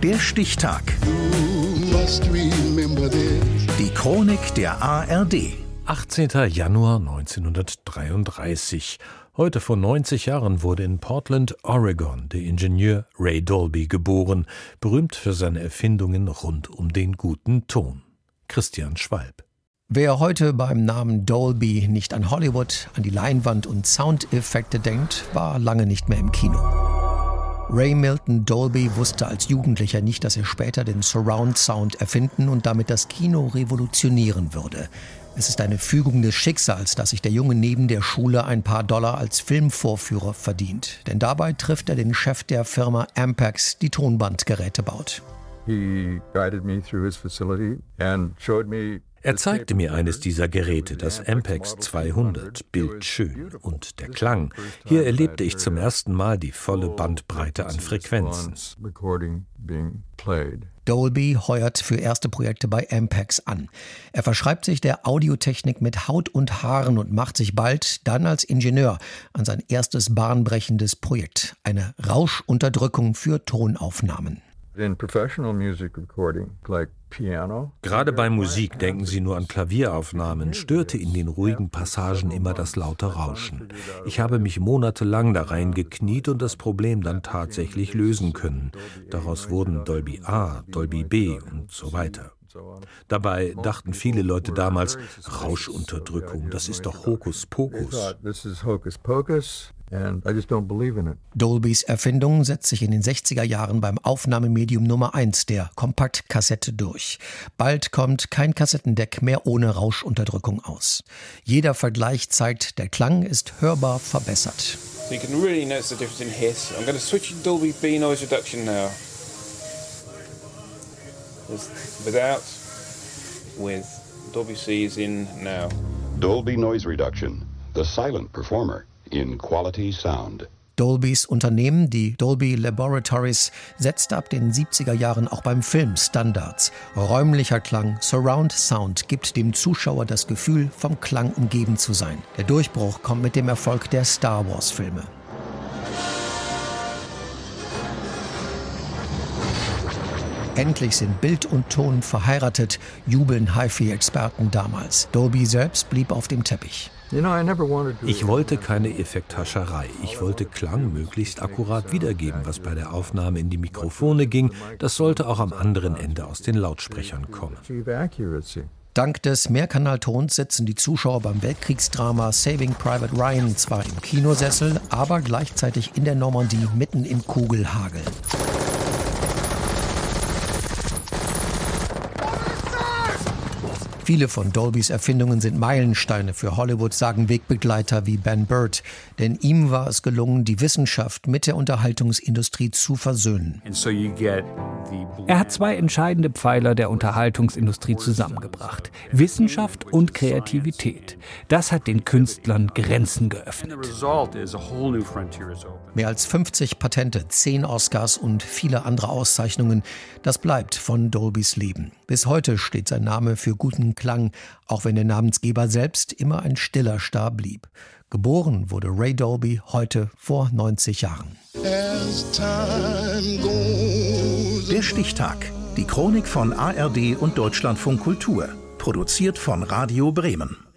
Der Stichtag. Die Chronik der ARD. 18. Januar 1933. Heute vor 90 Jahren wurde in Portland, Oregon, der Ingenieur Ray Dolby geboren, berühmt für seine Erfindungen rund um den guten Ton. Christian Schwalb. Wer heute beim Namen Dolby nicht an Hollywood, an die Leinwand und Soundeffekte denkt, war lange nicht mehr im Kino. Ray Milton Dolby wusste als Jugendlicher nicht, dass er später den Surround Sound erfinden und damit das Kino revolutionieren würde. Es ist eine Fügung des Schicksals, dass sich der Junge neben der Schule ein paar Dollar als Filmvorführer verdient. Denn dabei trifft er den Chef der Firma Ampex, die Tonbandgeräte baut. Er zeigte mir eines dieser Geräte, das Ampex 200, bildschön, und der Klang. Hier erlebte ich zum ersten Mal die volle Bandbreite an Frequenzen. Dolby heuert für erste Projekte bei Ampex an. Er verschreibt sich der Audiotechnik mit Haut und Haaren und macht sich bald dann als Ingenieur an sein erstes bahnbrechendes Projekt, eine Rauschunterdrückung für Tonaufnahmen. Gerade bei Musik, denken Sie nur an Klavieraufnahmen, störte in den ruhigen Passagen immer das laute Rauschen. Ich habe mich monatelang da reingekniet und das Problem dann tatsächlich lösen können. Daraus wurden Dolby A, Dolby B und so weiter. Dabei dachten viele Leute damals, Rauschunterdrückung, das ist doch Hokuspokus. Dolbys Erfindung setzt sich in den 60er Jahren beim Aufnahmemedium Nummer 1 der Kompaktkassette durch. Bald kommt kein Kassettendeck mehr ohne Rauschunterdrückung aus. Jeder Vergleich zeigt, der Klang ist hörbar verbessert. So you can really notice the difference in hiss. I'm going to switch to Dolby B noise reduction now. Without, with Dolby C is in now. Dolby Noise Reduction, the silent performer in quality sound. Dolbys Unternehmen, die Dolby Laboratories, setzte ab den 70er Jahren auch beim Film Standards. Räumlicher Klang, Surround Sound gibt dem Zuschauer das Gefühl, vom Klang umgeben zu sein. Der Durchbruch kommt mit dem Erfolg der Star Wars Filme. Endlich sind Bild und Ton verheiratet, jubeln HiFi-Experten damals. Dolby selbst blieb auf dem Teppich. Ich wollte keine Effekthascherei. Ich wollte Klang möglichst akkurat wiedergeben, was bei der Aufnahme in die Mikrofone ging. Das sollte auch am anderen Ende aus den Lautsprechern kommen. Dank des Mehrkanaltons sitzen die Zuschauer beim Weltkriegsdrama Saving Private Ryan zwar im Kinosessel, aber gleichzeitig in der Normandie mitten im Kugelhagel. Viele von Dolbys Erfindungen sind Meilensteine für Hollywood, sagen Wegbegleiter wie Ben Burtt. Denn ihm war es gelungen, die Wissenschaft mit der Unterhaltungsindustrie zu versöhnen. Er hat zwei entscheidende Pfeiler der Unterhaltungsindustrie zusammengebracht: Wissenschaft und Kreativität. Das hat den Künstlern Grenzen geöffnet. Mehr als 50 Patente, 10 Oscars und viele andere Auszeichnungen. Das bleibt von Dolbys Leben. Bis heute steht sein Name für guten Klang, auch wenn der Namensgeber selbst immer ein stiller Star blieb. Geboren wurde Ray Dolby heute vor 90 Jahren. Der Stichtag. Die Chronik von ARD und Deutschlandfunk Kultur. Produziert von Radio Bremen.